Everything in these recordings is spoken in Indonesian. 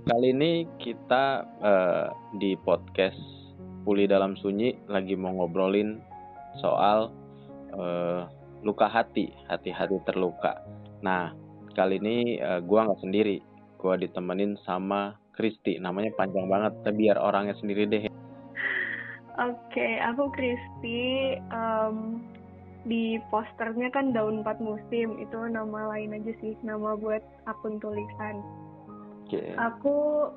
Kali ini kita di podcast Pulih Dalam Sunyi lagi mau ngobrolin soal luka hati terluka. Nah, kali ini gua nggak sendiri, gua ditemenin sama Kristi. Namanya panjang banget, tapi biar orangnya sendiri deh. Oke, aku Kristi. Di posternya kan Daun 4 Musim, itu nama lain aja sih, nama buat akun tulisan. Oke. Aku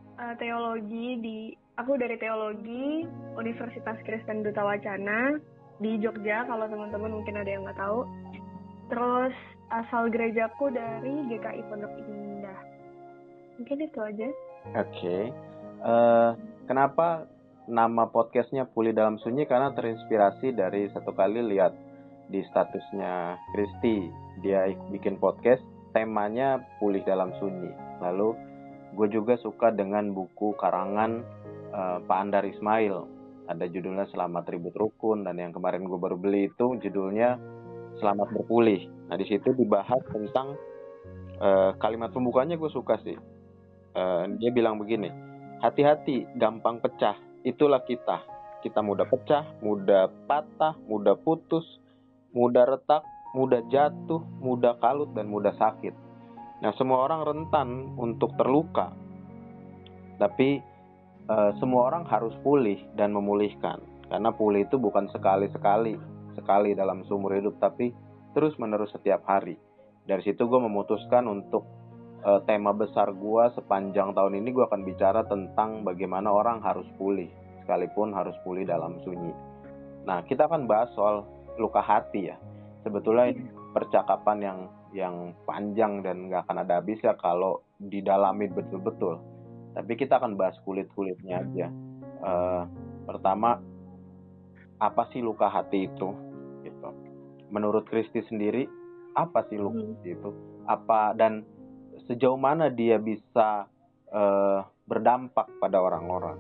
dari teologi Universitas Kristen Duta Wacana di Jogja, kalau teman-teman mungkin ada yang nggak tahu. Terus asal gerejaku dari GKI Pondok Indah. Mungkin itu aja. Oke. Kenapa nama podcastnya Pulih Dalam Sunyi? Karena terinspirasi dari satu kali lihat di statusnya Kristi, dia bikin podcast temanya Pulih Dalam Sunyi. Lalu gue juga suka dengan buku karangan Pak Andar Ismail, ada judulnya Selamat Ribut Rukun, dan yang kemarin gue baru beli itu judulnya Selamat Berpulih. Nah, di situ dibahas tentang kalimat pembukanya gue suka sih. Dia bilang begini, hati-hati gampang pecah, itulah kita mudah pecah, mudah patah, mudah putus, mudah retak, mudah jatuh, mudah kalut, dan mudah sakit. Nah, semua orang rentan untuk terluka, tapi semua orang harus pulih dan memulihkan. Karena pulih itu bukan sekali dalam seumur hidup, tapi terus-menerus setiap hari. Dari situ gue memutuskan untuk tema besar gue sepanjang tahun ini, gue akan bicara tentang bagaimana orang harus pulih, sekalipun harus pulih dalam sunyi. Nah, kita akan bahas soal luka hati ya. Sebetulnya percakapan yang panjang dan gak akan ada habisnya kalau didalami betul-betul. Tapi kita akan bahas kulit-kulitnya aja. Pertama, apa sih luka hati itu? Gitu. Menurut Kristi sendiri, apa sih luka hati itu? Apa dan sejauh mana dia bisa berdampak pada orang-orang?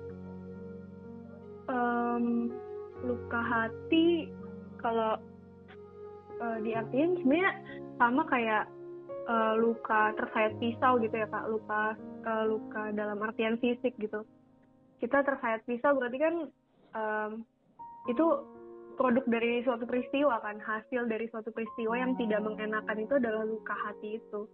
Luka hati kalau diartiin sebenarnya sama kayak luka tersayat pisau gitu ya Kak, luka dalam artian fisik gitu. Kita tersayat pisau berarti kan itu produk dari suatu peristiwa kan, hasil dari suatu peristiwa yang tidak mengenakan, itu adalah luka hati itu.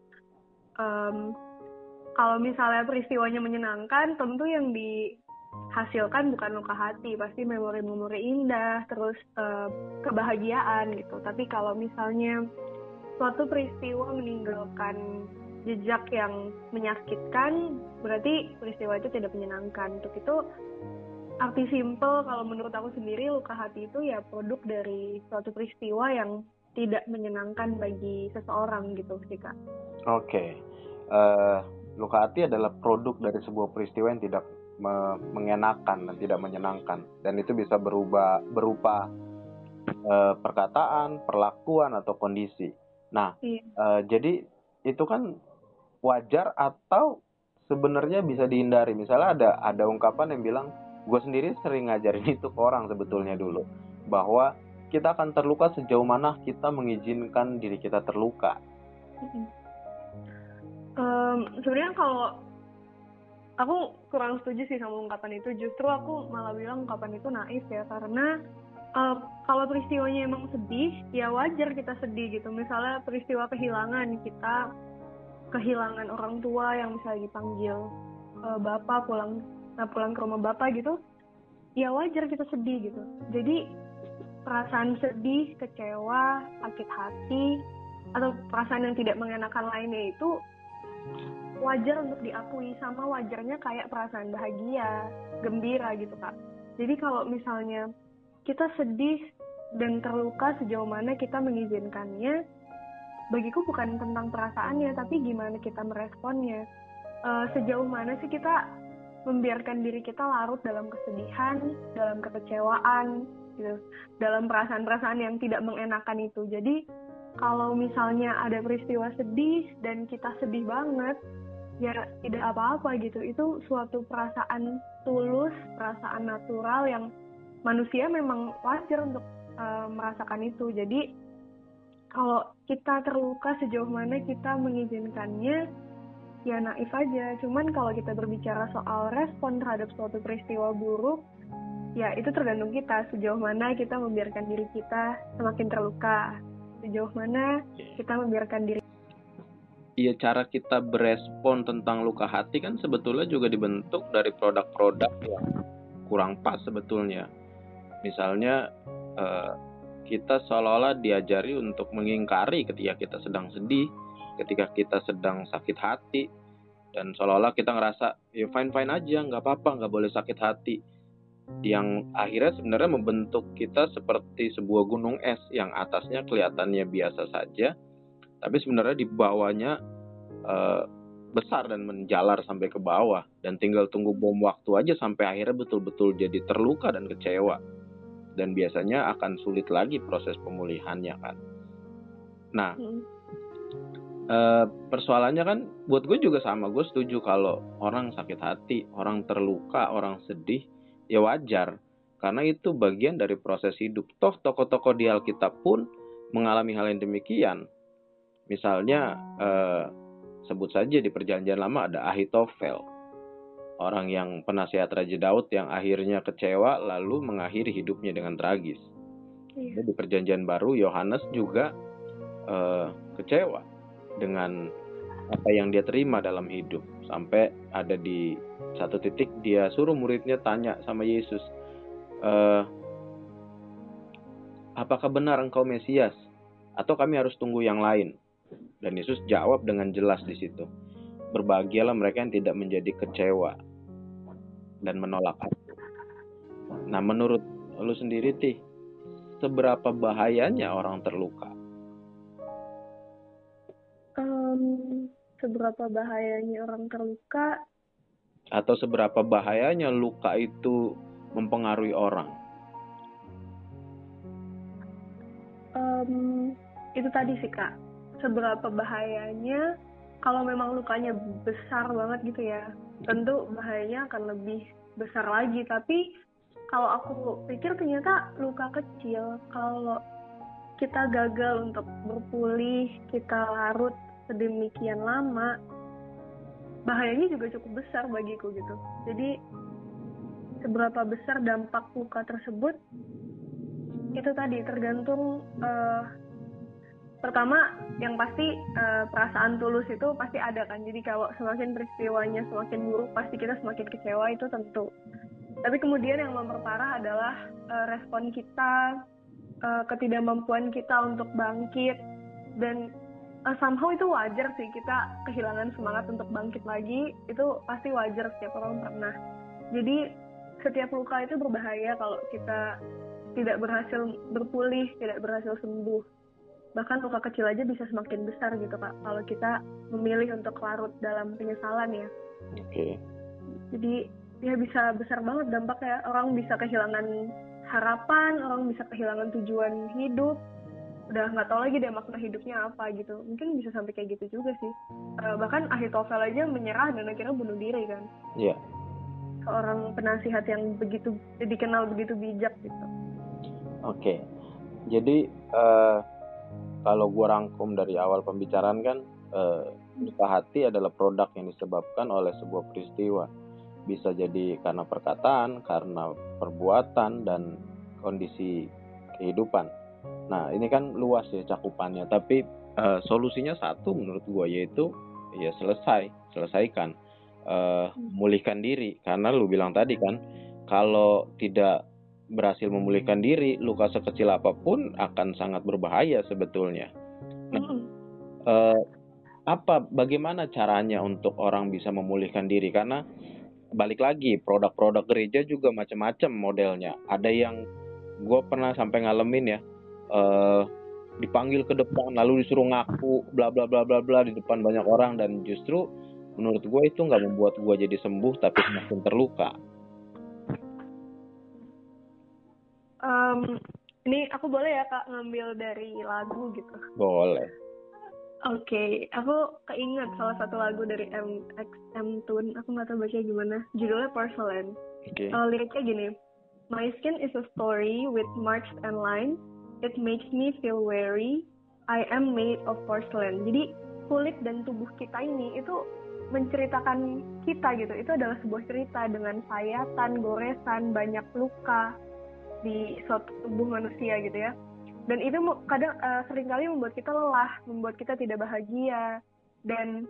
Kalau misalnya peristiwanya menyenangkan, tentu yang dihasilkan bukan luka hati, pasti memori-memori indah, terus kebahagiaan gitu. Tapi kalau misalnya suatu peristiwa meninggalkan jejak yang menyakitkan, berarti peristiwa itu tidak menyenangkan. Untuk itu, arti simpel kalau menurut aku sendiri, luka hati itu ya produk dari suatu peristiwa yang tidak menyenangkan bagi seseorang gitu sih Kak. Oke. Luka hati adalah produk dari sebuah peristiwa yang tidak mengenakan dan tidak menyenangkan, dan itu bisa berupa perkataan, perlakuan, atau kondisi. Nah, jadi itu kan wajar atau sebenarnya bisa dihindari. Misalnya ada ungkapan yang bilang, gue sendiri sering ngajarin itu ke orang sebetulnya dulu, bahwa kita akan terluka sejauh mana kita mengizinkan diri kita terluka. Sebenarnya kalau aku kurang setuju sih sama ungkapan itu, justru aku malah bilang ungkapan itu naif ya, karena kalau peristiwanya emang sedih, ya wajar kita sedih gitu. Misalnya peristiwa kehilangan, kita kehilangan orang tua yang misalnya dipanggil bapak pulang ke rumah bapak gitu, ya wajar kita sedih gitu. Jadi perasaan sedih, kecewa, sakit hati, atau perasaan yang tidak mengenakan lainnya itu wajar untuk diakui, sama wajarnya kayak perasaan bahagia, gembira gitu Kak. Jadi kalau misalnya kita sedih dan terluka, sejauh mana kita mengizinkannya, bagiku bukan tentang perasaannya, tapi gimana kita meresponnya. Sejauh mana sih kita membiarkan diri kita larut dalam kesedihan, dalam kekecewaan, gitu, dalam perasaan-perasaan yang tidak mengenakan itu. Jadi kalau misalnya ada peristiwa sedih dan kita sedih banget, ya tidak apa-apa gitu. Itu suatu perasaan tulus, perasaan natural yang manusia memang wajar untuk merasakan itu. Jadi kalau kita terluka, sejauh mana kita mengizinkannya, ya naif aja. Cuman kalau kita berbicara soal respon terhadap suatu peristiwa buruk, ya itu tergantung kita, sejauh mana kita membiarkan diri kita semakin terluka, sejauh mana kita membiarkan diri. Iya, cara kita berespon tentang luka hati kan sebetulnya juga dibentuk dari produk-produk yang kurang pas sebetulnya. Misalnya kita seolah-olah diajari untuk mengingkari ketika kita sedang sedih, ketika kita sedang sakit hati, dan seolah-olah kita ngerasa ya fine-fine aja, nggak apa-apa, nggak boleh sakit hati, yang akhirnya sebenarnya membentuk kita seperti sebuah gunung es yang atasnya kelihatannya biasa saja, tapi sebenarnya di bawahnya besar dan menjalar sampai ke bawah, dan tinggal tunggu bom waktu aja sampai akhirnya betul-betul jadi terluka dan kecewa, dan biasanya akan sulit lagi proses pemulihannya kan. Nah, persoalannya kan buat gue juga sama, gue setuju kalau orang sakit hati, orang terluka, orang sedih, ya wajar, karena itu bagian dari proses hidup. Toh tokoh-tokoh di Alkitab pun mengalami hal yang demikian. Misalnya sebut saja di Perjanjian Lama ada Ahitofel, orang yang penasihat Raja Daud yang akhirnya kecewa lalu mengakhiri hidupnya dengan tragis. Di Perjanjian Baru Yohanes juga kecewa dengan apa yang dia terima dalam hidup, sampai ada di satu titik dia suruh muridnya tanya sama Yesus, apakah benar engkau Mesias atau kami harus tunggu yang lain? Dan Yesus jawab dengan jelas di situ, berbahagialah mereka yang tidak menjadi kecewa dan menolak aku. Nah, menurut lu sendiri, Tih, seberapa bahayanya orang terluka? Seberapa bahayanya orang terluka? Atau seberapa bahayanya luka itu mempengaruhi orang? Itu tadi sih Kak, seberapa bahayanya kalau memang lukanya besar banget gitu ya, tentu bahayanya akan lebih besar lagi. Tapi kalau aku pikir ternyata luka kecil, kalau kita gagal untuk berpulih, kita larut sedemikian lama, bahayanya juga cukup besar bagiku gitu. Jadi seberapa besar dampak luka tersebut, itu tadi tergantung pertama yang pasti perasaan tulus itu pasti ada kan. Jadi kalau semakin peristiwanya semakin buruk, pasti kita semakin kecewa, itu tentu. Tapi kemudian yang memperparah adalah respon kita, ketidakmampuan kita untuk bangkit. Dan somehow itu wajar sih, kita kehilangan semangat untuk bangkit lagi, itu pasti wajar, setiap orang pernah. Jadi setiap luka itu berbahaya kalau kita tidak berhasil berpulih, tidak berhasil sembuh. Bahkan luka kecil aja bisa semakin besar gitu Kak, kalau kita memilih untuk larut dalam penyesalan ya. Oke. Jadi ya bisa besar banget dampaknya. Orang bisa kehilangan harapan, orang bisa kehilangan tujuan hidup, udah nggak tahu lagi deh makna hidupnya apa gitu. Mungkin bisa sampai kayak gitu juga sih. Bahkan Ahitofel aja menyerah dan akhirnya bunuh diri kan. Iya. Seorang penasihat yang begitu dikenal begitu bijak gitu. Oke. Jadi kalau gue rangkum dari awal pembicaraan kan, luka hati adalah produk yang disebabkan oleh sebuah peristiwa. Bisa jadi karena perkataan, karena perbuatan, dan kondisi kehidupan. Nah, ini kan luas ya cakupannya, tapi solusinya satu menurut gue, yaitu ya selesaikan, memulihkan diri. Karena lu bilang tadi kan, kalau tidak berhasil memulihkan diri, luka sekecil apapun akan sangat berbahaya sebetulnya. Nah, bagaimana caranya untuk orang bisa memulihkan diri? Karena balik lagi, produk-produk gereja juga macam-macam modelnya. Ada yang gue pernah sampai ngalamin ya, dipanggil ke depan lalu disuruh ngaku bla bla bla bla bla di depan banyak orang, dan justru menurut gue itu nggak membuat gue jadi sembuh, tapi semakin terluka. Ini aku boleh ya Kak ngambil dari lagu gitu? Boleh. Oke, aku keinget salah satu lagu dari MXM Tune, aku nggak tahu bacanya gimana, judulnya Porcelain. Liriknya gini, my skin is a story with marks and lines, it makes me feel weary, I am made of porcelain. Jadi kulit dan tubuh kita ini itu menceritakan kita gitu. Itu adalah sebuah cerita dengan sayatan, goresan, banyak luka di suatu tubuh manusia gitu ya. Dan itu kadang seringkali membuat kita lelah, membuat kita tidak bahagia. Dan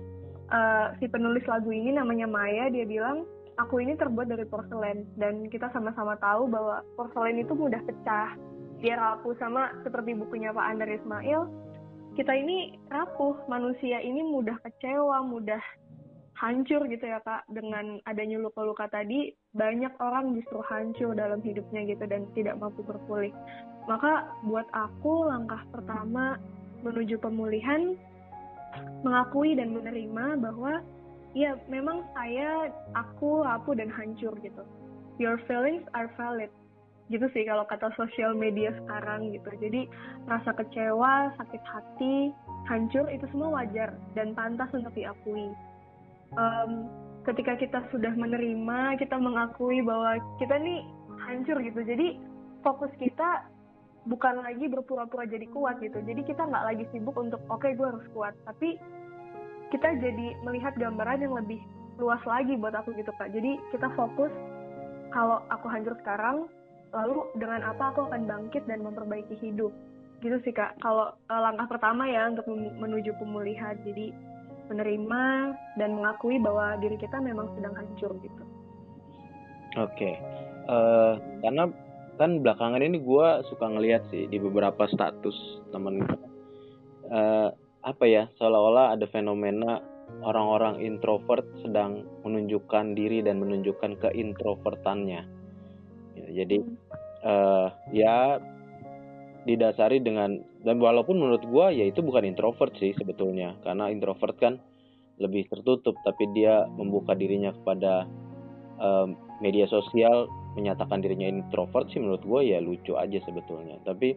si penulis lagu ini namanya Maya, dia bilang, aku ini terbuat dari porselen. Dan kita sama-sama tahu bahwa porselen itu mudah pecah, dia rapuh. Sama seperti bukunya Pak Andar Ismail, kita ini rapuh, manusia ini mudah kecewa, mudah hancur gitu ya Kak. Dengan adanya luka-luka tadi, banyak orang justru hancur dalam hidupnya gitu dan tidak mampu berpulih. Maka buat aku langkah pertama menuju pemulihan, mengakui dan menerima bahwa ya memang aku rapuh dan hancur gitu. Your feelings are valid. Gitu sih kalau kata sosial media sekarang gitu. Jadi rasa kecewa, sakit hati, hancur itu semua wajar dan pantas untuk diakui. Ketika kita sudah menerima, kita mengakui bahwa kita nih hancur gitu. Jadi fokus kita bukan lagi berpura-pura jadi kuat gitu. Jadi kita nggak lagi sibuk untuk oke, gue harus kuat. Tapi kita jadi melihat gambaran yang lebih luas lagi buat aku gitu Kak. Jadi kita fokus kalau aku hancur sekarang, lalu dengan apa aku akan bangkit dan memperbaiki hidup. Gitu sih Kak. Kalau langkah pertama ya untuk menuju pemulihan. Jadi menerima dan mengakui bahwa diri kita memang sedang hancur gitu. Oke. Karena kan belakangan ini gue suka ngelihat sih di beberapa status temen gue. Apa ya, seolah-olah ada fenomena orang-orang introvert sedang menunjukkan diri dan menunjukkan keintrovertannya. Ya, jadi ya didasari dengan, dan walaupun menurut gue ya itu bukan introvert sih sebetulnya, karena introvert kan lebih tertutup, tapi dia membuka dirinya kepada media sosial, menyatakan dirinya introvert sih menurut gue ya lucu aja sebetulnya. Tapi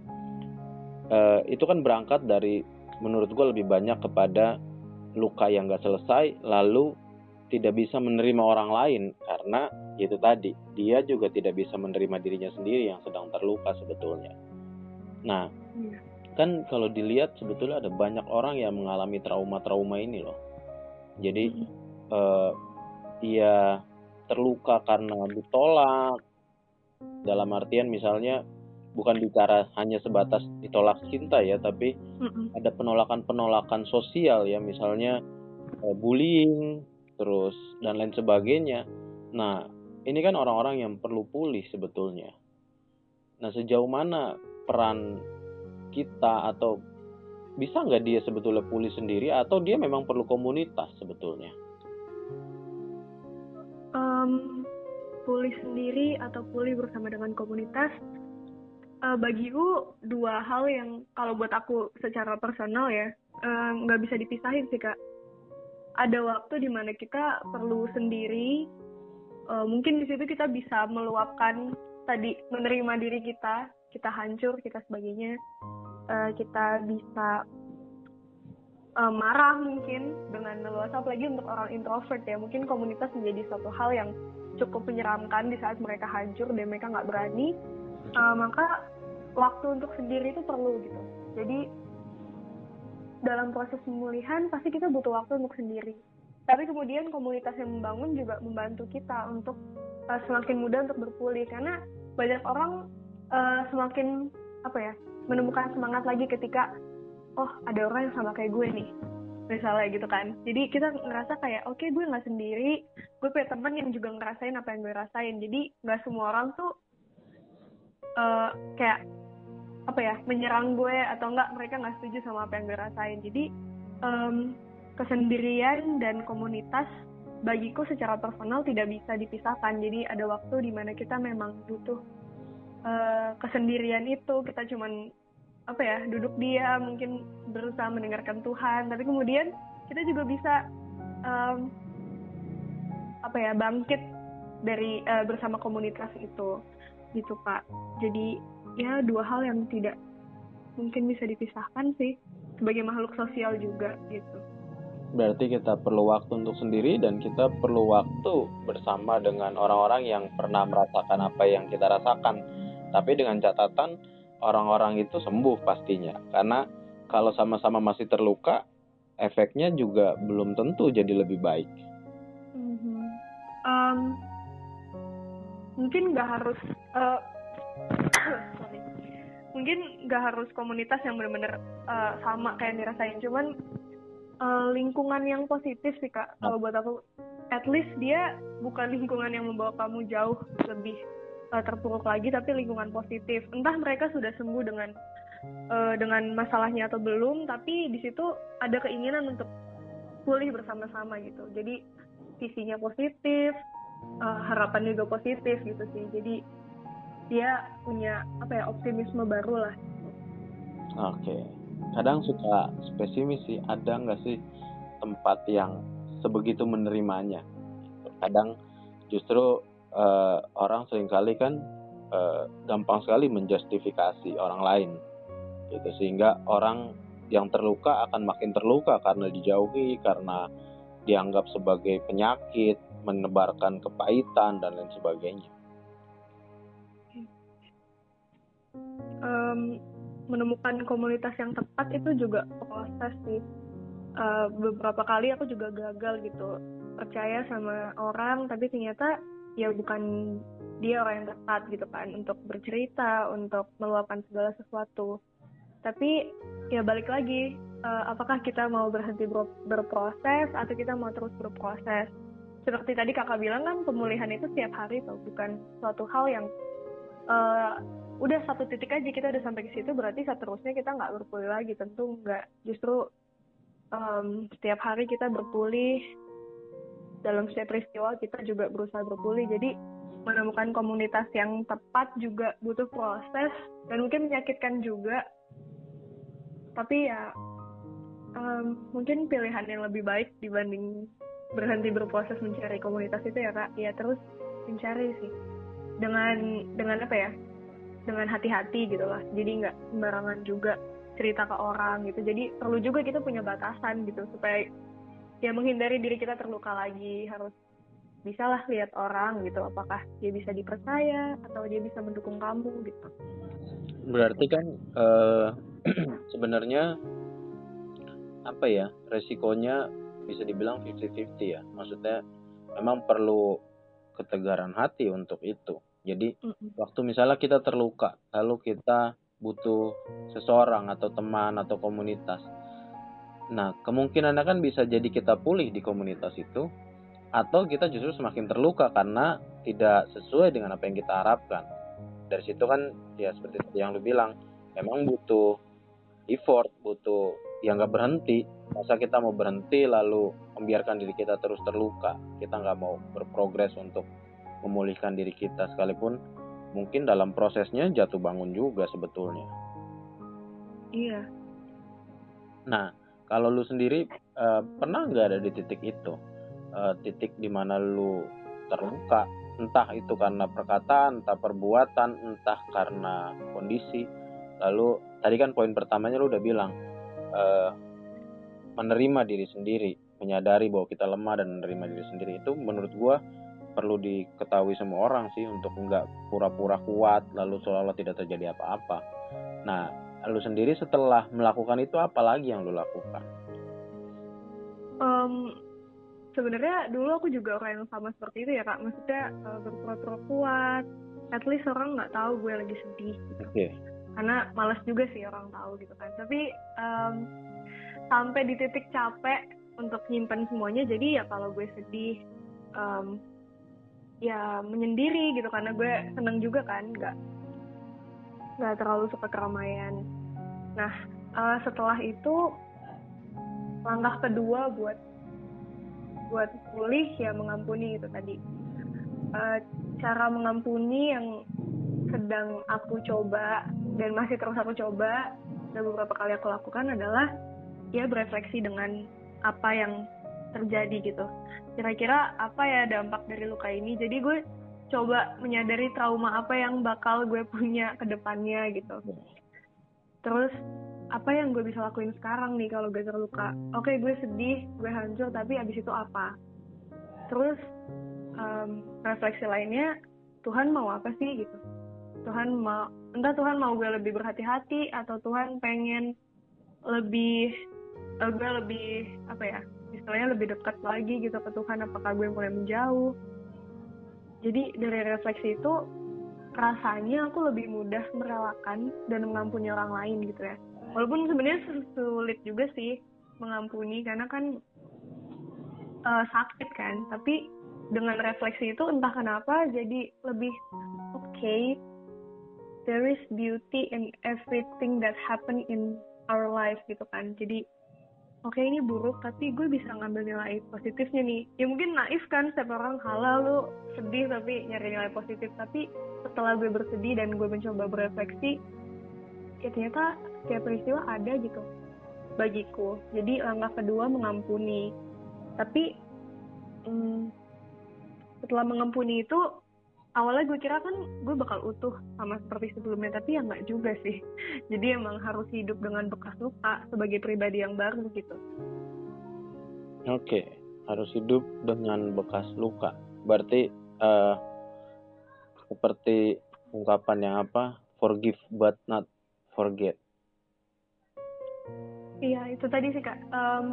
itu kan berangkat dari, menurut gue lebih banyak kepada luka yang gak selesai, lalu tidak bisa menerima orang lain karena itu tadi, dia juga tidak bisa menerima dirinya sendiri yang sedang terluka sebetulnya. Nah, kan kalau dilihat sebetulnya ada banyak orang yang mengalami trauma-trauma ini loh. Jadi ia terluka karena ditolak, dalam artian misalnya bukan bicara hanya sebatas ditolak cinta ya, tapi ada penolakan-penolakan sosial ya, misalnya bullying terus dan lain sebagainya. Nah, ini kan orang-orang yang perlu pulih sebetulnya. Nah, sejauh mana peran kita, atau bisa nggak dia sebetulnya pulih sendiri, atau dia memang perlu komunitas sebetulnya? Pulih sendiri atau pulih bersama dengan komunitas, bagiku dua hal yang kalau buat aku secara personal ya nggak bisa dipisahin sih Kak. Ada waktu dimana kita perlu sendiri, mungkin di situ kita bisa meluapkan tadi, menerima diri kita hancur, kita sebagainya, kita bisa marah mungkin dengan leluasa, apalagi untuk orang introvert ya, mungkin komunitas menjadi suatu hal yang cukup menyeramkan di saat mereka hancur dan mereka nggak berani. Maka waktu untuk sendiri itu perlu gitu. Jadi dalam proses pemulihan pasti kita butuh waktu untuk sendiri. Tapi kemudian komunitas yang membangun juga membantu kita untuk semakin mudah untuk berpulih, karena banyak orang semakin menemukan semangat lagi ketika ada orang yang sama kayak gue nih, misalnya gitu kan. Jadi kita ngerasa kayak oke, gue nggak sendiri, gue punya teman yang juga ngerasain apa yang gue rasain. Jadi nggak semua orang tuh kayak menyerang gue, atau mereka nggak setuju sama apa yang gue rasain. Jadi kesendirian dan komunitas bagiku secara personal tidak bisa dipisahkan. Jadi ada waktu di mana kita memang butuh kesendirian itu, kita cuman duduk diam, mungkin berusaha mendengarkan Tuhan, tapi kemudian kita juga bisa bangkit dari bersama komunitas itu gitu Pak. Jadi ya dua hal yang tidak mungkin bisa dipisahkan sih, sebagai makhluk sosial juga gitu. Berarti kita perlu waktu untuk sendiri, dan kita perlu waktu bersama dengan orang-orang yang pernah merasakan apa yang kita rasakan. Tapi dengan catatan orang-orang itu sembuh pastinya. Karena kalau sama-sama masih terluka, efeknya juga belum tentu jadi lebih baik. Mungkin nggak harus sorry. Mungkin nggak harus komunitas yang benar-benar sama kayak yang dirasain, cuman lingkungan yang positif sih Kak. Kalau buat aku, at least dia bukan lingkungan yang membawa kamu jauh lebih terpuruk lagi, tapi lingkungan positif. Entah mereka sudah sembuh dengan masalahnya atau belum, tapi di situ ada keinginan untuk pulih bersama-sama gitu. Jadi visinya positif, harapan juga positif gitu sih. Jadi dia punya optimisme baru lah. Oke. Kadang suka pesimis sih, ada nggak sih tempat yang sebegitu menerimanya? Kadang justru orang seringkali kan gampang sekali menjustifikasi orang lain, gitu, sehingga orang yang terluka akan makin terluka karena dijauhi, karena dianggap sebagai penyakit, menebarkan kepahitan dan lain sebagainya. Menemukan komunitas yang tepat itu juga proses sih. Beberapa kali aku juga gagal gitu, percaya sama orang tapi ternyata ya bukan dia orang yang tepat gitu kan untuk bercerita, untuk meluapkan segala sesuatu. Tapi ya balik lagi, apakah kita mau berhenti berproses atau kita mau terus berproses. Seperti tadi kakak bilang kan, pemulihan itu setiap hari tuh, bukan suatu hal yang udah satu titik aja kita udah sampai ke situ berarti seterusnya kita nggak berpulih lagi. Tentu nggak, justru setiap hari kita berpulih, dalam setiap peristiwa kita juga berusaha berpulih. Jadi menemukan komunitas yang tepat juga butuh proses dan mungkin menyakitkan juga, tapi ya mungkin pilihan yang lebih baik dibanding berhenti berproses mencari komunitas itu ya Kak, ya terus mencari sih dengan apa ya, dengan hati-hati gitu lah. Jadi nggak sembarangan juga cerita ke orang gitu. Jadi perlu juga kita punya batasan gitu supaya ya menghindari diri kita terluka lagi. Harus bisalah lihat orang gitu, apakah dia bisa dipercaya atau dia bisa mendukung kamu gitu. Berarti kan sebenarnya apa ya, resikonya bisa dibilang 50-50 ya. Maksudnya memang perlu ketegaran hati untuk itu. Jadi waktu misalnya kita terluka, lalu kita butuh seseorang atau teman atau komunitas. Nah, kemungkinannya kan bisa jadi kita pulih di komunitas itu, atau kita justru semakin terluka karena tidak sesuai dengan apa yang kita harapkan. Dari situ kan ya seperti yang lu bilang, memang butuh effort, butuh yang nggak berhenti. Masa kita mau berhenti lalu membiarkan diri kita terus terluka? Kita nggak mau berprogres untuk memulihkan diri kita, sekalipun mungkin dalam prosesnya jatuh bangun juga sebetulnya. Iya. Nah, kalau lu sendiri pernah nggak ada di titik itu, titik dimana lu terluka, entah itu karena perkataan, entah perbuatan, entah karena kondisi. Lalu tadi kan poin pertamanya lu udah bilang menerima diri sendiri, menyadari bahwa kita lemah dan menerima diri sendiri. Itu menurut gua perlu diketahui semua orang sih, untuk nggak pura-pura kuat lalu seolah-olah tidak terjadi apa-apa. Nah, lu sendiri setelah melakukan itu apa lagi yang lu lakukan? Sebenarnya dulu aku juga orang yang sama seperti itu ya Kak. Maksudnya berpura-pura kuat, at least orang nggak tahu gue lagi sedih gitu. Okay. Karena malas juga sih orang tahu gitu kan. Tapi sampai di titik capek untuk nyimpen semuanya, jadi ya kalau gue sedih ya menyendiri gitu, karena gue seneng juga kan, nggak terlalu suka keramaian. Nah setelah itu langkah kedua buat pulih ya mengampuni itu tadi. Cara mengampuni yang sedang aku coba dan masih terus aku coba dan beberapa kali aku lakukan adalah ya berefleksi dengan apa yang terjadi gitu. Kira-kira apa ya dampak dari luka ini? Jadi gue coba menyadari trauma apa yang bakal gue punya ke depannya gitu. Terus apa yang gue bisa lakuin sekarang nih kalau gue terluka? Oke, gue sedih, gue hancur, tapi abis itu apa? Terus refleksi lainnya, Tuhan mau apa sih gitu? Entah Tuhan mau gue lebih berhati-hati atau Tuhan pengen lebih gue lebih apa ya, istilahnya lebih dekat lagi gitu ke Tuhan, apakah gue mulai menjauh. Jadi dari refleksi itu rasanya aku lebih mudah merelakan dan mengampuni orang lain gitu ya. Walaupun sebenarnya sulit juga sih mengampuni karena kan sakit kan, tapi dengan refleksi itu entah kenapa jadi lebih okay, there is beauty in everything that happen in our life gitu kan. Jadi oke, ini buruk tapi gue bisa ngambil nilai positifnya nih. Ya mungkin naif kan, setiap orang halal lu sedih tapi nyari nilai positif. Tapi setelah gue bersedih dan gue mencoba berefleksi, ya ternyata setiap peristiwa ada gitu bagiku. Jadi langkah kedua mengampuni. Tapi setelah mengampuni itu, awalnya gue kira kan gue bakal utuh sama seperti sebelumnya, tapi ya nggak juga sih. Jadi emang harus hidup dengan bekas luka sebagai pribadi yang baru gitu. Oke, harus hidup dengan bekas luka. Berarti seperti ungkapan yang apa? Forgive but not forget. Iya, itu tadi sih Kak.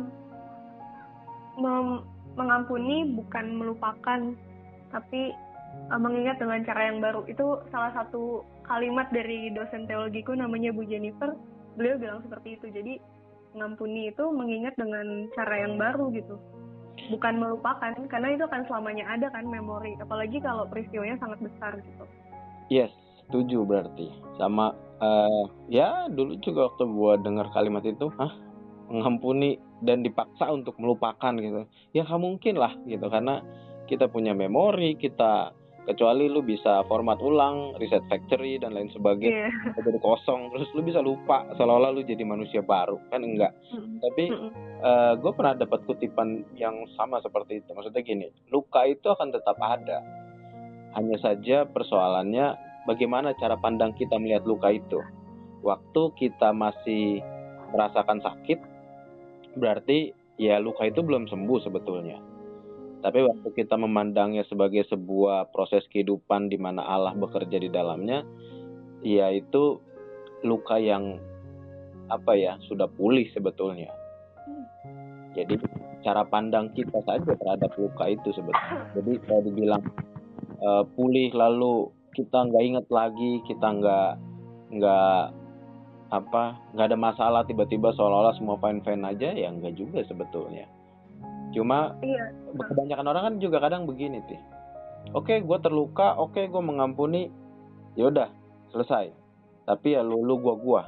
Mengampuni bukan melupakan, tapi mengingat dengan cara yang baru. Itu salah satu kalimat dari dosen teologiku namanya Bu Jennifer. Beliau bilang seperti itu. Jadi mengampuni itu mengingat dengan cara yang baru gitu. Bukan melupakan, karena itu akan selamanya ada kan memori. Apalagi kalau peristiwanya sangat besar gitu. Yes, setuju berarti. Sama ya dulu juga waktu gua dengar kalimat itu, mengampuni dan dipaksa untuk melupakan gitu. Ya nggak mungkin lah gitu, karena kita punya memori, kecuali lu bisa format ulang, reset factory dan lain sebagainya, jadi kosong, terus lu bisa lupa seolah-olah lu jadi manusia baru, kan enggak. Tapi gue pernah dapat kutipan yang sama seperti itu. Maksudnya gini, luka itu akan tetap ada. Hanya saja persoalannya bagaimana cara pandang kita melihat luka itu. Waktu kita masih merasakan sakit, berarti ya luka itu belum sembuh sebetulnya. Tapi waktu kita memandangnya sebagai sebuah proses kehidupan di mana Allah bekerja di dalamnya, ya itu luka yang apa ya, sudah pulih sebetulnya. Jadi cara pandang kita saja terhadap luka itu sebetulnya. Jadi kalau dibilang pulih lalu kita nggak ingat lagi, kita nggak ada masalah, tiba-tiba seolah-olah semua fine aja, ya nggak juga sebetulnya. Cuma kebanyakan orang kan juga kadang begini sih. Oke, gue terluka, oke gue mengampuni, ya udah selesai. Tapi ya lu gue.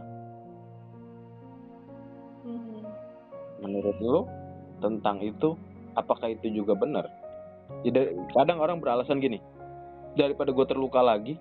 Menurut lu tentang itu, apakah itu juga benar? Jadi kadang orang beralasan gini, daripada gue terluka lagi.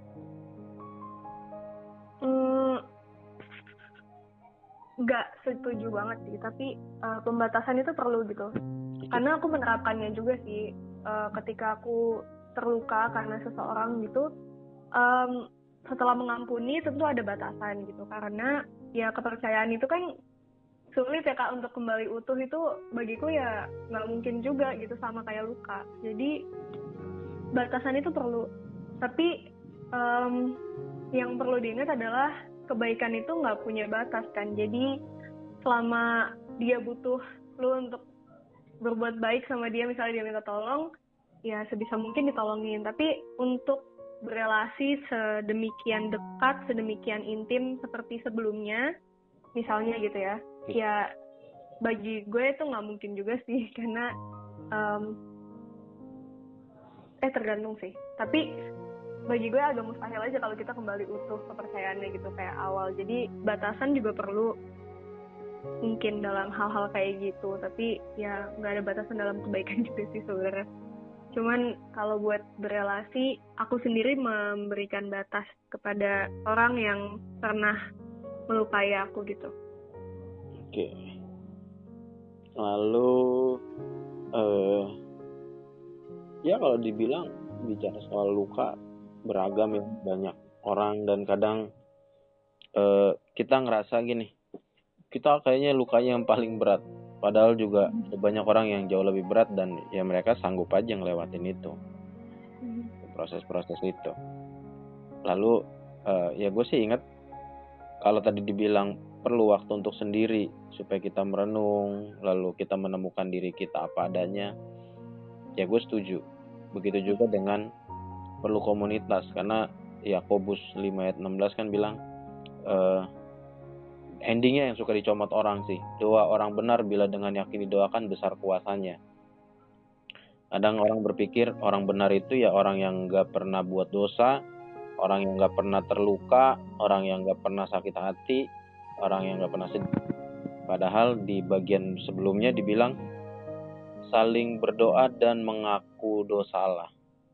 Nggak setuju banget sih, tapi pembatasan itu perlu gitu. Karena aku menerapkannya juga sih, ketika aku terluka karena seseorang gitu, setelah mengampuni tentu ada batasan gitu. Karena ya kepercayaan itu kan sulit ya Kak untuk kembali utuh, itu bagiku ya nggak mungkin juga gitu, sama kayak luka. Jadi batasan itu perlu. Tapi yang perlu diingat adalah kebaikan itu nggak punya batas kan. Jadi selama dia butuh lu untuk berbuat baik sama dia, misalnya dia minta tolong, ya sebisa mungkin ditolongin. Tapi untuk berelasi sedemikian dekat, sedemikian intim seperti sebelumnya, misalnya gitu ya, ya bagi gue itu nggak mungkin juga sih. Karena tergantung sih. Tapi bagi gue agak mustahil aja kalau kita kembali utuh kepercayaannya gitu kayak awal. Jadi batasan juga perlu mungkin dalam hal-hal kayak gitu. Tapi ya nggak ada batasan dalam kebaikan juga sih sebenarnya. Cuman kalau buat berelasi, aku sendiri memberikan batas kepada orang yang pernah melukai aku gitu. Oke. Lalu ya kalau dibilang bicara soal luka beragam ya, banyak orang, dan kadang kita ngerasa gini, kita kayaknya lukanya yang paling berat, padahal juga banyak orang yang jauh lebih berat dan ya mereka sanggup aja ngelewatin itu, proses-proses itu. Lalu ya gue sih ingat kalau tadi dibilang perlu waktu untuk sendiri supaya kita merenung, lalu kita menemukan diri kita apa adanya. Ya gue setuju. Begitu juga dengan perlu komunitas, karena Yakobus 5 ayat 16 kan bilang endingnya yang suka dicomot orang sih. Doa orang benar bila dengan yakin didoakan besar kuasanya. Kadang orang berpikir orang benar itu ya orang yang gak pernah buat dosa, orang yang gak pernah terluka, orang yang gak pernah sakit hati, orang yang gak pernah sedih. Padahal di bagian sebelumnya dibilang saling berdoa dan mengaku dosalah.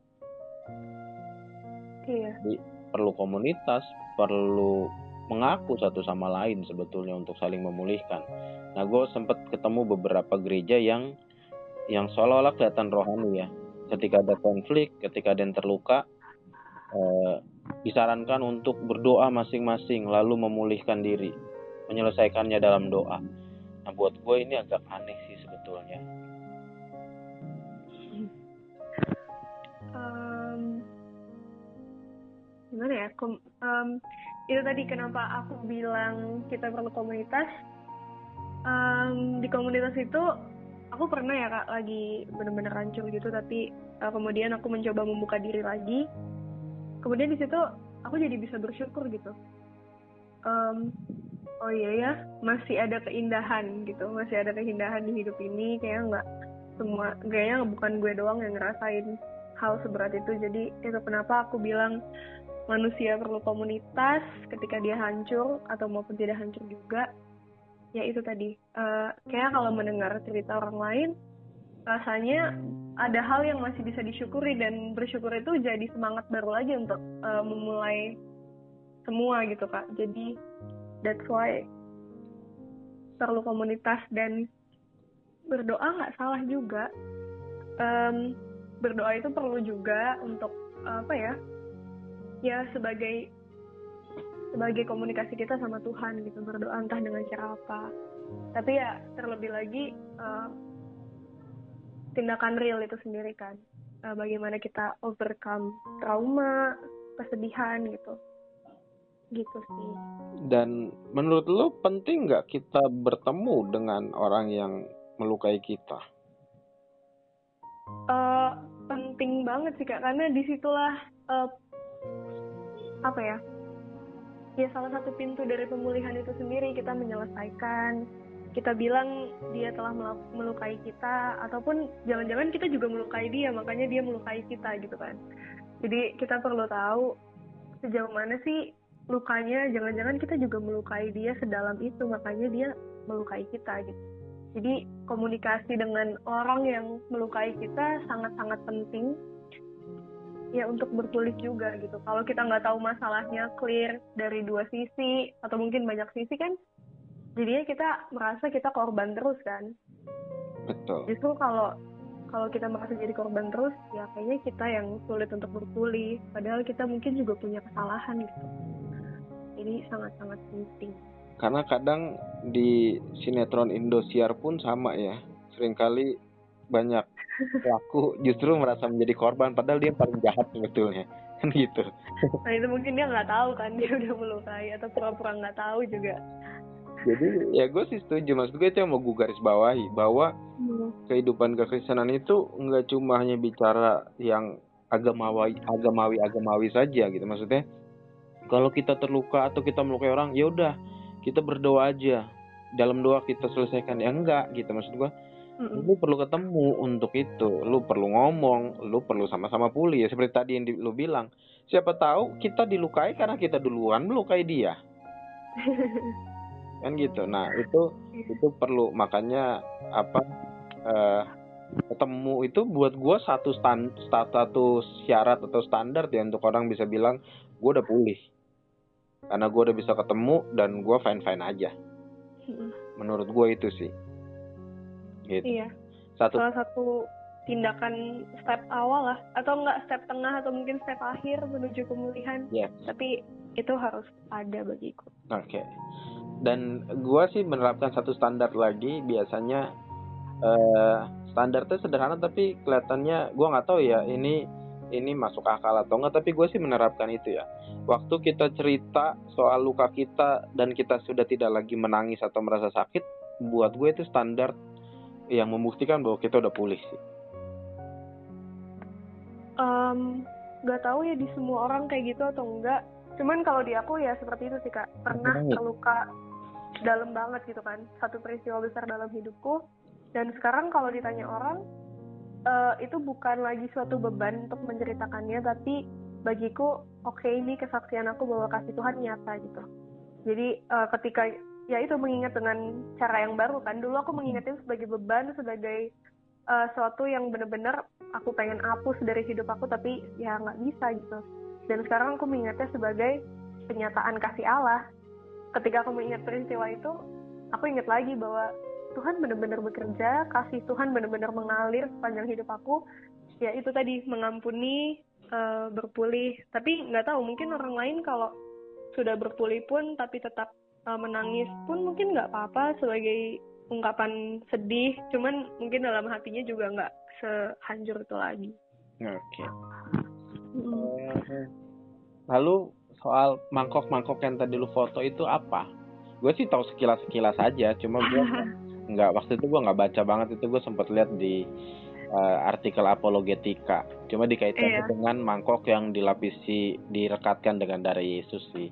Iya. Jadi perlu komunitas, perlu mengaku satu sama lain sebetulnya untuk saling memulihkan. Nah, gue sempat ketemu beberapa gereja yang seolah-olah kelihatan rohani ya. Ketika ada konflik, ketika ada yang terluka, disarankan untuk berdoa masing-masing lalu memulihkan diri, menyelesaikannya dalam doa. Nah, buat gue ini agak aneh sih sebetulnya. Gimana ya? Itu tadi kenapa aku bilang kita perlu komunitas. Di komunitas itu aku pernah ya Kak lagi benar-benar hancur gitu, tapi kemudian aku mencoba membuka diri lagi. Kemudian di situ aku jadi bisa bersyukur gitu. Oh iya ya, masih ada keindahan gitu, masih ada keindahan di hidup ini. Kayaknya bukan gue doang yang ngerasain hal seberat itu. Jadi itu kenapa aku bilang manusia perlu komunitas ketika dia hancur atau maupun tidak hancur juga. Ya itu tadi, kayak kalau mendengar cerita orang lain, rasanya ada hal yang masih bisa disyukuri, dan bersyukur itu jadi semangat baru lagi untuk memulai semua gitu Kak. Jadi that's why perlu komunitas, dan berdoa nggak salah juga. Berdoa itu perlu juga untuk ya sebagai komunikasi kita sama Tuhan gitu, berdoa entah dengan cara apa. Tapi ya terlebih lagi tindakan real itu sendiri kan, bagaimana kita overcome trauma, kesedihan gitu sih. Dan menurut lo penting nggak kita bertemu dengan orang yang melukai kita? Penting banget sih Kak, karena disitulah ya salah satu pintu dari pemulihan itu sendiri. Kita menyelesaikan, kita bilang dia telah melukai kita, ataupun jangan-jangan kita juga melukai dia, makanya dia melukai kita gitu kan. Jadi kita perlu tahu sejauh mana sih lukanya, jangan-jangan kita juga melukai dia sedalam itu, makanya dia melukai kita gitu. Jadi komunikasi dengan orang yang melukai kita sangat-sangat penting ya untuk berpulih juga gitu. Kalau kita nggak tahu masalahnya clear dari dua sisi atau mungkin banyak sisi kan, jadinya kita merasa kita korban terus kan. Betul. Justru kalau kita merasa jadi korban terus, ya kayaknya kita yang sulit untuk berpulih. Padahal kita mungkin juga punya kesalahan gitu. Jadi sangat-sangat penting. Karena kadang di sinetron Indosiar pun sama ya. Seringkali banyak pelaku justru merasa menjadi korban, padahal dia paling jahat sebetulnya. Kan gitu. Nah itu mungkin dia nggak tahu kan, dia udah melukai, atau pura-pura nggak tahu juga. Jadi ya gue sih setuju, maksud gue itu yang mau gue garis bawahi, bahwa kehidupan kekristenan itu nggak cuma hanya bicara yang agamawi saja gitu. Maksudnya kalau kita terluka atau kita melukai orang, ya udah kita berdoa aja, dalam doa kita selesaikan. Ya enggak gitu, maksud gue lu perlu ketemu untuk itu, lu perlu ngomong, lu perlu sama-sama pulih ya, seperti tadi yang lu bilang. Siapa tahu kita dilukai karena kita duluan melukai dia. Kan gitu. Nah itu perlu, makanya ketemu itu buat gue satu syarat atau standar ya untuk orang bisa bilang gue udah pulih, karena gue udah bisa ketemu dan gue fine aja. Menurut gue itu sih gitu. Iya, salah satu tindakan step awal lah, atau enggak step tengah atau mungkin step akhir menuju pemulihan. Yes. Tapi itu harus ada bagiku. Oke. Dan gue sih menerapkan satu standar lagi. Biasanya standarnya sederhana tapi kelihatannya gue nggak tahu ya ini ini masuk akal atau enggak, tapi gue sih menerapkan itu ya. Waktu kita cerita soal luka kita dan kita sudah tidak lagi menangis atau merasa sakit, buat gue itu standar yang membuktikan bahwa kita udah pulih sih. Gak tahu ya di semua orang kayak gitu atau enggak. Cuman kalau di aku ya seperti itu sih Kak. Pernah terluka dalam banget gitu kan. Satu peristiwa besar dalam hidupku. Dan sekarang kalau ditanya orang, itu bukan lagi suatu beban untuk menceritakannya, tapi bagiku oke, ini kesaksian aku bahwa kasih Tuhan nyata gitu. Jadi ketika ya itu mengingat dengan cara yang baru kan. Dulu aku mengingatnya sebagai beban, sebagai suatu yang benar-benar aku pengen hapus dari hidup aku, tapi ya nggak bisa gitu. Dan sekarang aku mengingatnya sebagai penyataan kasih Allah. Ketika aku mengingat peristiwa itu, aku ingat lagi bahwa Tuhan benar-benar bekerja, kasih Tuhan benar-benar mengalir sepanjang hidup aku. Ya itu tadi, mengampuni, berpulih. Tapi nggak tahu, mungkin orang lain kalau sudah berpulih pun tapi tetap menangis pun mungkin nggak apa-apa sebagai ungkapan sedih. Cuman mungkin dalam hatinya juga nggak sehancur itu lagi. Oke. Lalu soal mangkok-mangkok yang tadi lu foto itu apa? Gue sih tahu sekilas-sekilas aja, cuma gue nggak, waktu itu gue nggak baca banget, itu gue sempat lihat di artikel apologetika. Cuma dikaitkan dengan mangkok yang dilapisi, direkatkan dengan darah Yesus sih.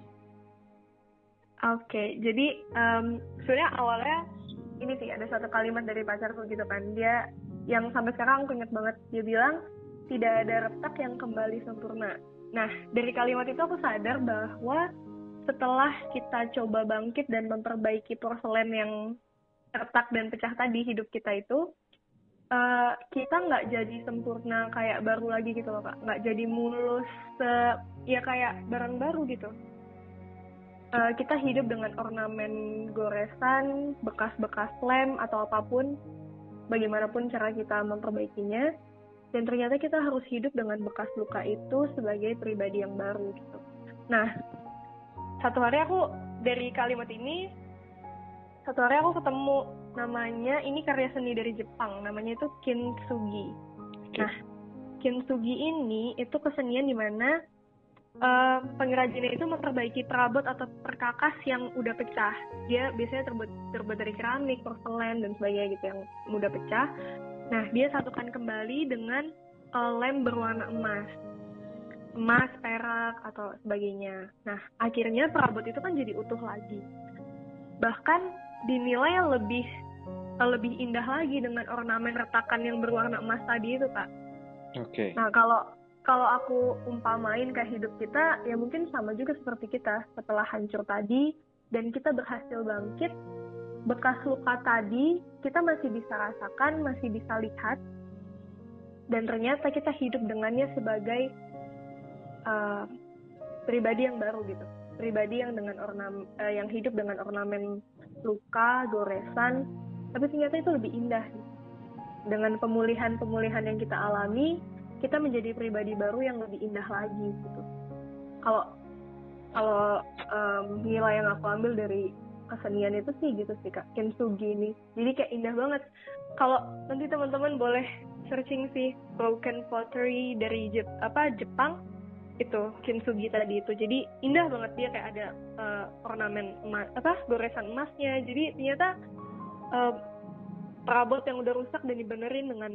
Oke, jadi sebenarnya awalnya ini sih ada satu kalimat dari pacarku gitu kan, dia yang sampai sekarang aku ingat banget, dia bilang tidak ada retak yang kembali sempurna. Nah dari kalimat itu aku sadar bahwa setelah kita coba bangkit dan memperbaiki porselen yang retak dan pecah tadi hidup kita itu, kita nggak jadi sempurna kayak baru lagi gitu loh Kak, nggak jadi mulus ya kayak barang baru gitu. Kita hidup dengan ornamen goresan, bekas-bekas lem atau apapun, bagaimanapun cara kita memperbaikinya, dan ternyata kita harus hidup dengan bekas luka itu sebagai pribadi yang baru gitu. Nah, satu hari aku dari kalimat ini, satu hari aku ketemu namanya, ini karya seni dari Jepang, namanya itu kintsugi. Nah, kintsugi ini itu kesenian di mana pengrajinnya itu memperbaiki perabot atau perkakas yang udah pecah. Dia biasanya terbuat dari keramik, porselen dan sebagainya gitu yang mudah pecah. Nah, dia satukan kembali dengan lem berwarna emas, perak atau sebagainya. Nah, akhirnya perabot itu kan jadi utuh lagi. Bahkan dinilai lebih indah lagi dengan ornamen retakan yang berwarna emas tadi itu, Kak. Oke. Nah, kalau aku umpamain ke hidup kita, ya mungkin sama juga seperti kita. Setelah hancur tadi, dan kita berhasil bangkit, bekas luka tadi, kita masih bisa rasakan, masih bisa lihat, dan ternyata kita hidup dengannya sebagai pribadi yang baru gitu. Pribadi yang yang hidup dengan ornamen luka, goresan, tapi ternyata itu lebih indah. Dengan pemulihan-pemulihan yang kita alami, kita menjadi pribadi baru yang lebih indah lagi gitu. Kalau nilai yang aku ambil dari kesenian itu sih gitu sih Kak, kintsugi ini. Jadi kayak indah banget. Kalau nanti teman-teman boleh searching sih broken pottery dari Jepang, itu kintsugi tadi itu. Jadi indah banget, dia kayak ada ornamen emas, goresan emasnya. Jadi ternyata perabot yang udah rusak dan dibenerin dengan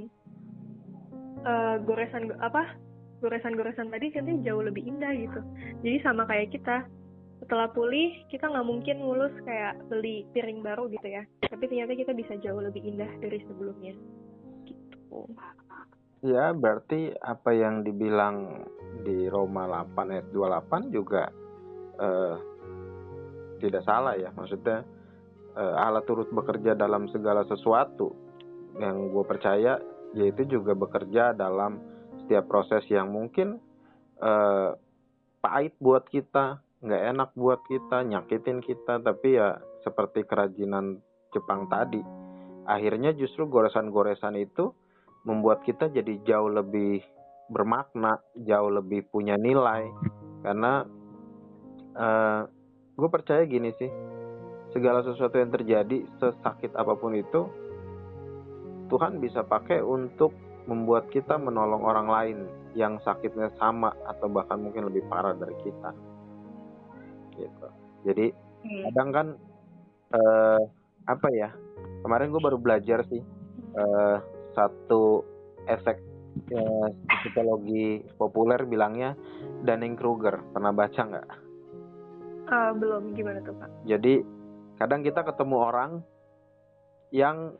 goresan tadi kan jauh lebih indah gitu. Jadi sama kayak kita, setelah pulih kita nggak mungkin mulus kayak beli piring baru gitu ya, tapi ternyata kita bisa jauh lebih indah dari sebelumnya gitu. Ya, berarti apa yang dibilang di Roma 8 ayat 28 juga tidak salah ya. Maksudnya Allah turut bekerja dalam segala sesuatu. Yang gue percaya yaitu juga bekerja dalam setiap proses yang mungkin pahit buat kita, nggak enak buat kita, nyakitin kita, tapi ya seperti kerajinan Jepang tadi, akhirnya justru goresan-goresan itu membuat kita jadi jauh lebih bermakna, jauh lebih punya nilai. Karena gue percaya gini sih, segala sesuatu yang terjadi, sesakit apapun itu, Tuhan bisa pakai untuk membuat kita menolong orang lain yang sakitnya sama atau bahkan mungkin lebih parah dari kita gitu. Jadi kadang kan apa ya, kemarin gue baru belajar sih satu efek psikologi populer bilangnya Dunning-Kruger. Pernah baca nggak? Belum. Gimana tuh Pak? Jadi kadang kita ketemu orang yang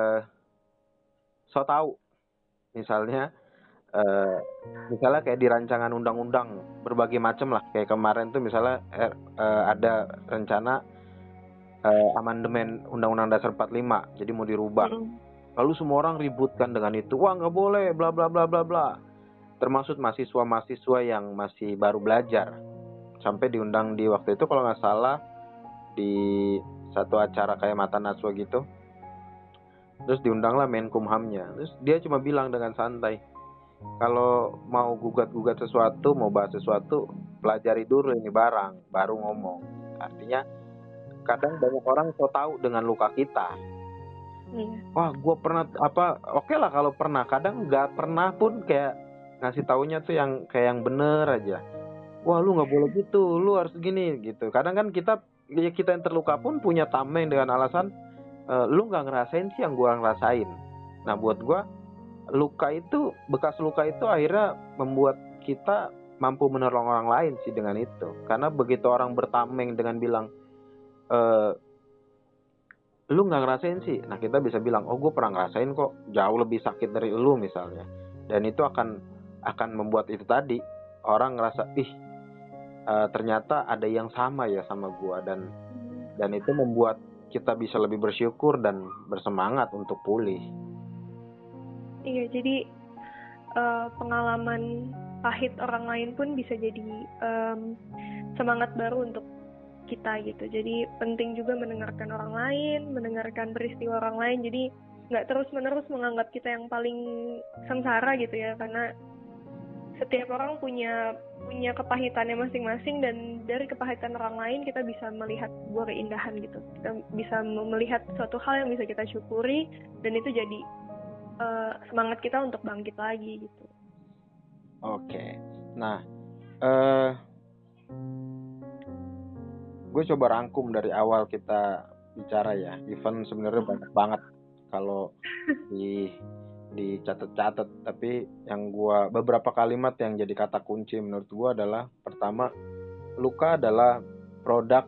so tahu, misalnya kayak di rancangan undang-undang berbagai macam lah, kayak kemarin tuh misalnya ada rencana amandemen Undang-Undang Dasar 45, jadi mau dirubah. Lalu semua orang ributkan dengan itu, wah nggak boleh, bla bla bla bla bla. Termasuk mahasiswa yang masih baru belajar. Sampai diundang di waktu itu kalau nggak salah di satu acara kayak Mata Najwa gitu. Terus diundanglah Menkumhamnya. Terus dia cuma bilang dengan santai, kalau mau gugat-gugat sesuatu, mau bahas sesuatu, pelajari dulu ini barang, baru ngomong. Artinya kadang banyak orang so tahu dengan luka kita. Wah, gue pernah oke lah kalau pernah. Kadang nggak pernah pun kayak ngasih taunya tuh yang kayak yang bener aja. Wah, lu nggak boleh gitu, lu harus gini gitu. Kadang kan kita yang terluka pun punya tameng dengan alasan lu nggak ngerasain sih yang gue ngerasain. Nah, buat gue bekas luka itu akhirnya membuat kita mampu menolong orang lain sih dengan itu. Karena begitu orang bertameng dengan bilang lu nggak ngerasain sih, nah kita bisa bilang, oh gue pernah ngerasain kok, jauh lebih sakit dari lu misalnya. Dan itu akan membuat itu tadi orang ngerasa ternyata ada yang sama ya sama gue, dan itu membuat kita bisa lebih bersyukur dan bersemangat untuk pulih. Iya, jadi pengalaman pahit orang lain pun bisa jadi semangat baru untuk kita gitu. Jadi penting juga mendengarkan orang lain, mendengarkan peristiwa orang lain. Jadi nggak terus-menerus menganggap kita yang paling sengsara gitu ya, karena setiap orang punya kepahitannya masing-masing, dan dari kepahitan orang lain kita bisa melihat sebuah keindahan gitu. Kita bisa melihat suatu hal yang bisa kita syukuri, dan itu jadi semangat kita untuk bangkit lagi gitu. Oke. Nah, gue coba rangkum dari awal kita bicara ya. Even sebenarnya banyak banget kalau dicatat-catat, tapi yang beberapa kalimat yang jadi kata kunci menurut gue adalah, pertama, luka adalah produk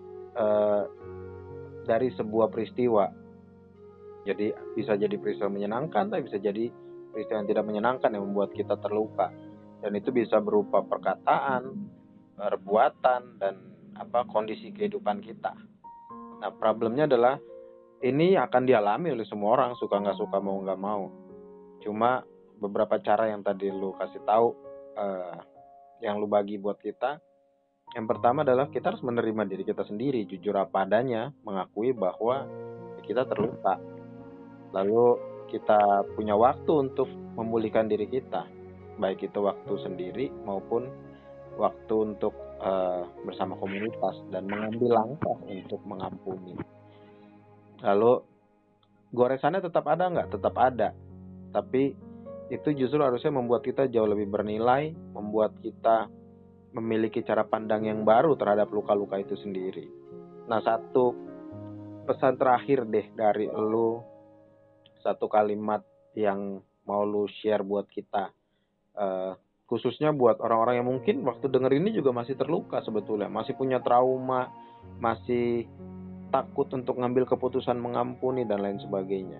dari sebuah peristiwa. Jadi bisa jadi peristiwa menyenangkan, tapi bisa jadi peristiwa yang tidak menyenangkan yang membuat kita terluka. Dan itu bisa berupa perkataan, perbuatan, dan kondisi kehidupan kita. Nah, problemnya adalah ini akan dialami oleh semua orang, suka nggak suka, mau nggak mau. Cuma beberapa cara yang tadi lu kasih tahu, yang lu bagi buat kita. Yang pertama adalah kita harus menerima diri kita sendiri, jujur apa adanya, mengakui bahwa kita terluka. Lalu kita punya waktu untuk memulihkan diri kita, baik itu waktu sendiri maupun waktu untuk bersama komunitas, dan mengambil langkah untuk mengampuni. Lalu goresannya tetap ada nggak? Tetap ada, tapi itu justru harusnya membuat kita jauh lebih bernilai, membuat kita memiliki cara pandang yang baru terhadap luka-luka itu sendiri. Nah, satu pesan terakhir deh dari lu, satu kalimat yang mau lu share buat kita, khususnya buat orang-orang yang mungkin waktu denger ini juga masih terluka sebetulnya, masih punya trauma, masih takut untuk ngambil keputusan mengampuni dan lain sebagainya.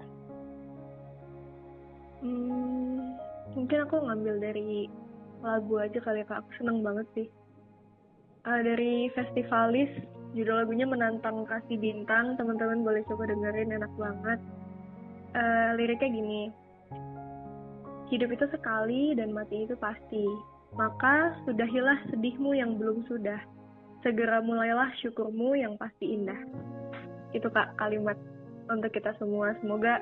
Mungkin aku ngambil dari lagu aja kali ya Kak, aku seneng banget sih. Dari Festivalis, judul lagunya Menantang Kasih Bintang, teman-teman boleh coba dengerin, enak banget. Liriknya gini, hidup itu sekali dan mati itu pasti, maka sudahilah sedihmu yang belum sudah, segera mulailah syukurmu yang pasti indah. Itu Kak kalimat untuk kita semua. Semoga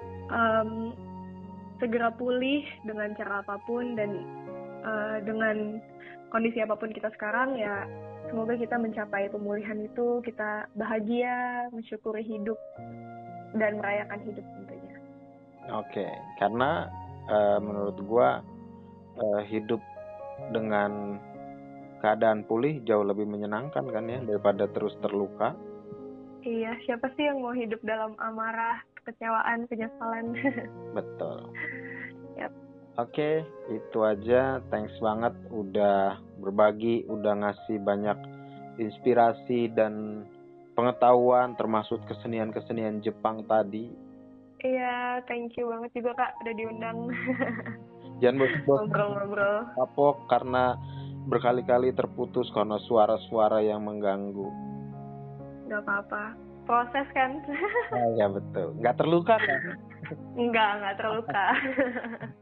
segera pulih dengan cara apapun, dan dengan kondisi apapun kita sekarang ya, semoga kita mencapai pemulihan itu, kita bahagia, mensyukuri hidup, dan merayakan hidup tentunya. Oke, karena menurut gua hidup dengan keadaan pulih jauh lebih menyenangkan kan ya, daripada terus terluka. Iya, siapa sih yang mau hidup dalam amarah, kekecewaan, penyesalan? Betul. Yap. Oke, itu aja. Thanks banget udah berbagi, udah ngasih banyak inspirasi dan pengetahuan termasuk kesenian-kesenian Jepang tadi. Iya, thank you banget juga Kak udah diundang. Jangan bosan-bosan Ngobrol-ngobrol. kapok karena berkali-kali terputus karena suara-suara yang mengganggu. Gak apa-apa. Proses kan? Ya betul. Nggak terluka kan? Enggak terluka.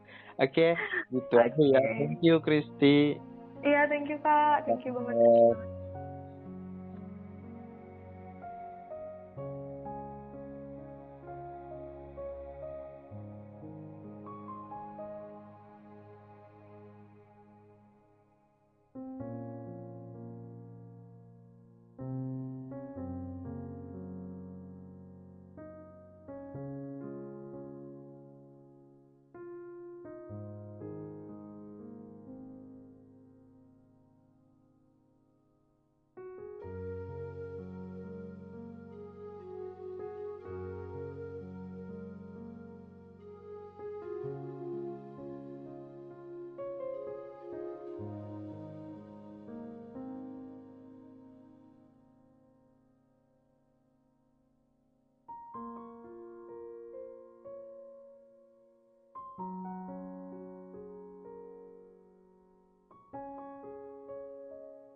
Oke, gitu aja ya. Thank you, Kristi. Iya, thank you Kak. Thank you banget.